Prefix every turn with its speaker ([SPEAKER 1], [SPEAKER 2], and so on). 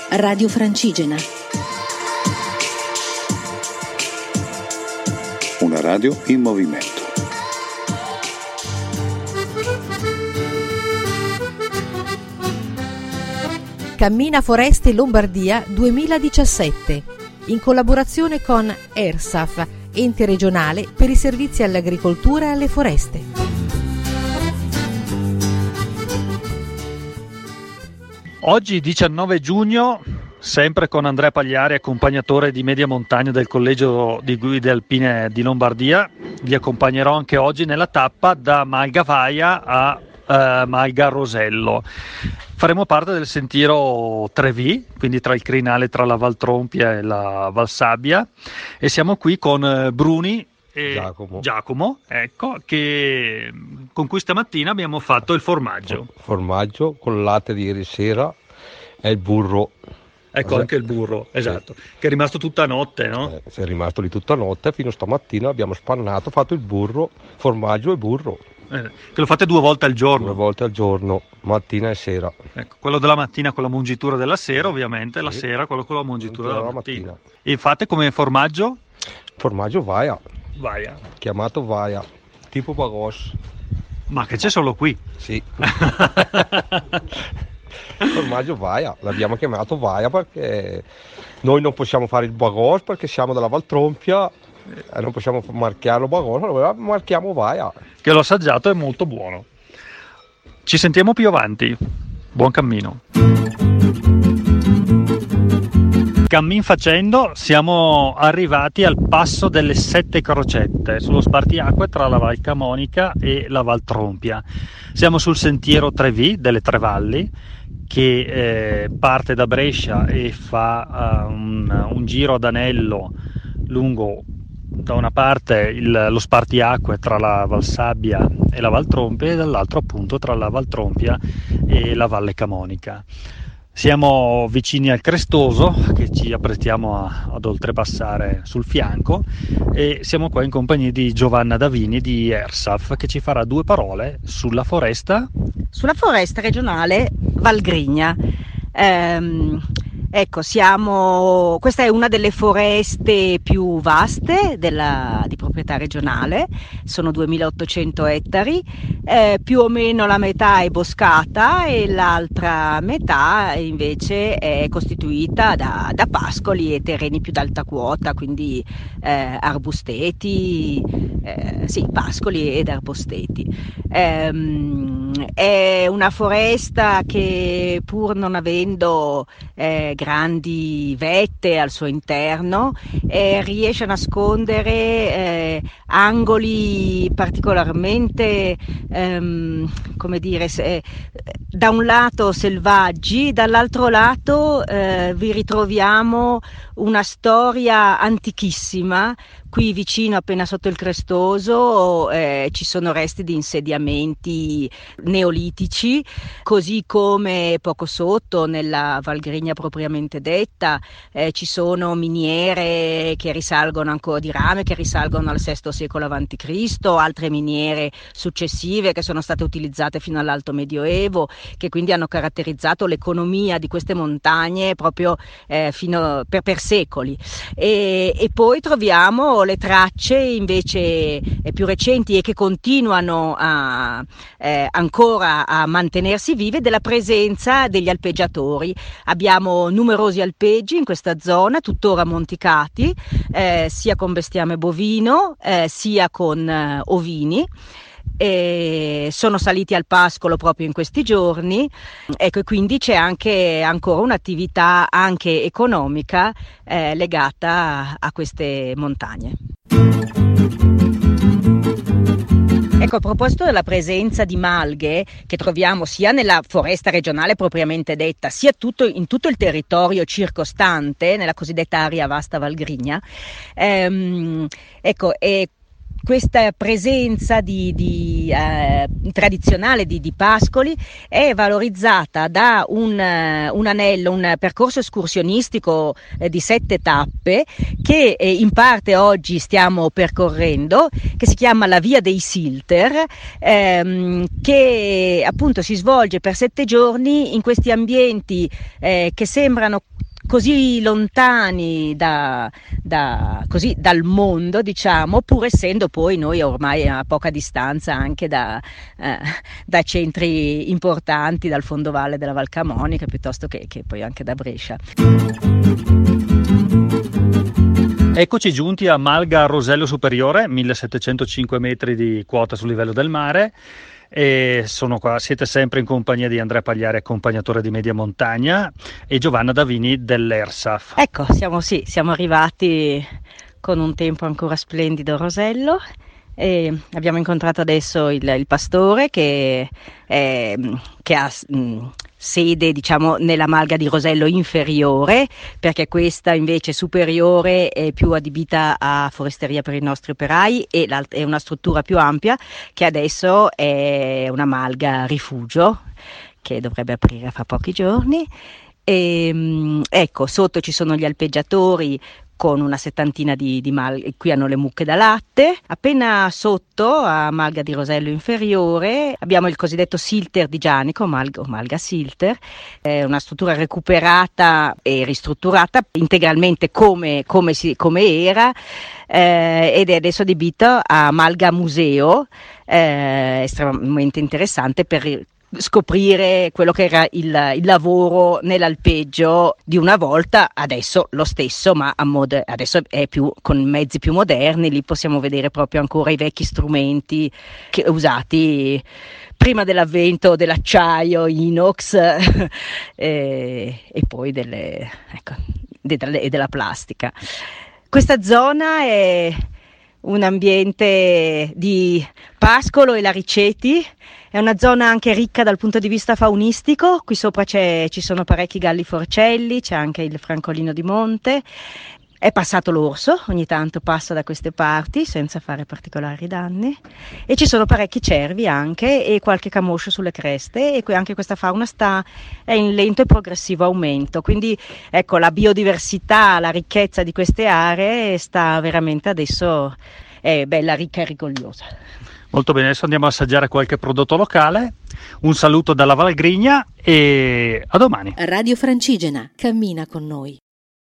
[SPEAKER 1] Radio Francigena.
[SPEAKER 2] Una radio in movimento.
[SPEAKER 3] Cammina Foreste Lombardia 2017, in collaborazione con ERSAF, ente regionale per i servizi all'agricoltura e alle foreste.
[SPEAKER 4] Oggi 19 giugno, sempre con Andrea Pagliari, accompagnatore di media montagna del Collegio di Guide Alpine di Lombardia. Vi accompagnerò anche oggi nella tappa da Malga Vaia a Malga Rosello. Faremo parte del sentiero 3V, quindi tra il crinale tra la Val Trompia e la Val Sabbia, e siamo qui con Bruni e Giacomo, ecco, con cui stamattina abbiamo fatto il formaggio.
[SPEAKER 5] Formaggio con il latte di ieri sera e il burro.
[SPEAKER 4] Ecco, anche il burro, esatto, sì. Che è rimasto tutta notte, no?
[SPEAKER 5] È rimasto lì tutta notte, fino a stamattina abbiamo spannato, fatto il burro, formaggio e burro.
[SPEAKER 4] Che lo fate 2 volte al giorno?
[SPEAKER 5] 2 volte al giorno, mattina e sera.
[SPEAKER 4] Ecco, quello della mattina con la mungitura della sera, ovviamente, sì. La sera quello con la mungitura della mattina. E fate come formaggio?
[SPEAKER 5] Formaggio Vaia.
[SPEAKER 4] Vaia.
[SPEAKER 5] Chiamato Vaia, tipo Bagos.
[SPEAKER 4] Ma che c'è solo qui?
[SPEAKER 5] Sì. Formaggio Vaia, l'abbiamo chiamato Vaia perché noi non possiamo fare il Bagos perché siamo della Val Trompia e non possiamo marchiarlo Bagos, allora marchiamo Vaia.
[SPEAKER 4] Che l'ho assaggiato, è molto buono. Ci sentiamo più avanti. Buon cammino. Cammin facendo siamo arrivati al passo delle 7 crocette sullo spartiacque tra la Val Camonica e la Val Trompia. Siamo sul sentiero 3V delle Tre Valli che parte da Brescia e fa un giro ad anello lungo da una parte lo spartiacque tra la Val Sabbia e la Val Trompia e dall'altro appunto tra la Val Trompia e la Valle Camonica. Siamo vicini al Crestoso che ci apprestiamo ad oltrepassare sul fianco e siamo qua in compagnia di Giovanna Davini di ERSAF che ci farà 2 parole sulla foresta
[SPEAKER 6] regionale Valgrigna. Ecco, questa è una delle foreste più vaste di proprietà regionale, sono 2800 ettari, più o meno la metà è boscata e l'altra metà invece è costituita da pascoli e terreni più d'alta quota, quindi arbusteti, pascoli ed arbusteti. È una foresta che pur non avendo grandi vette al suo interno riesce a nascondere angoli particolarmente da un lato selvaggi, dall'altro lato vi ritroviamo una storia antichissima. Qui vicino, appena sotto il Crestoso, ci sono resti di insediamenti neolitici, così come poco sotto, nella Valgrigna propriamente detta, ci sono miniere che risalgono ancora di rame, che risalgono al VI secolo a.C., altre miniere successive che sono state utilizzate fino all'Alto Medioevo, che quindi hanno caratterizzato l'economia di queste montagne proprio per secoli. E poi troviamo le tracce invece più recenti e che continuano ancora a mantenersi vive della presenza degli alpeggiatori. Abbiamo numerosi alpeggi in questa zona, tuttora monticati, sia con bestiame bovino sia con ovini. Sono saliti al pascolo proprio in questi giorni, ecco, e quindi c'è anche ancora un'attività anche economica legata a queste montagne. Ecco, a proposito della presenza di malghe che troviamo sia nella foresta regionale propriamente detta, sia in tutto il territorio circostante, nella cosiddetta area vasta Valgrigna, questa presenza tradizionale di pascoli è valorizzata da un anello, un percorso escursionistico di 7 tappe che in parte oggi stiamo percorrendo, che si chiama la Via dei Silter, che appunto si svolge per 7 giorni in questi ambienti che sembrano così lontani dal mondo, diciamo, pur essendo poi noi ormai a poca distanza anche da centri importanti, dal fondovalle della Val Camonica, piuttosto che poi anche da Brescia.
[SPEAKER 4] Eccoci giunti a Malga Rosello Superiore, 1705 metri di quota sul livello del mare. E sono qua, siete sempre in compagnia di Andrea Pagliari, accompagnatore di Media Montagna, e Giovanna Davini dell'Ersaf.
[SPEAKER 6] Ecco, siamo arrivati con un tempo ancora splendido a Rosello e abbiamo incontrato adesso il pastore che ha sede, diciamo, nella Malga di Rosello inferiore, perché questa invece superiore è più adibita a foresteria per i nostri operai e è una struttura più ampia che adesso è una Malga rifugio che dovrebbe aprire fra pochi giorni. E, ecco, sotto ci sono gli alpeggiatori con una 70 di malghe, qui hanno le mucche da latte. Appena sotto, a Malga di Rosello inferiore, abbiamo il cosiddetto Silter di Gianico, Malga Silter, è una struttura recuperata e ristrutturata integralmente come era, ed è adesso adibita a Malga Museo, estremamente interessante per scoprire quello che era il lavoro nell'alpeggio di una volta, adesso lo stesso, ma adesso è più con mezzi più moderni. Lì possiamo vedere proprio ancora i vecchi strumenti usati prima dell'avvento dell'acciaio inox e poi della plastica. Questa zona è un ambiente di pascolo e lariceti. È una zona anche ricca dal punto di vista faunistico, qui sopra ci sono parecchi galli forcelli, c'è anche il francolino di monte, è passato l'orso, ogni tanto passa da queste parti senza fare particolari danni, e ci sono parecchi cervi anche e qualche camoscio sulle creste, e anche questa fauna è in lento e progressivo aumento, quindi ecco, la biodiversità, la ricchezza di queste aree sta veramente adesso, è bella, ricca e rigogliosa.
[SPEAKER 4] Molto bene, adesso andiamo a assaggiare qualche prodotto locale. Un saluto dalla Valgrigna e a domani.
[SPEAKER 3] Radio Francigena, cammina con noi.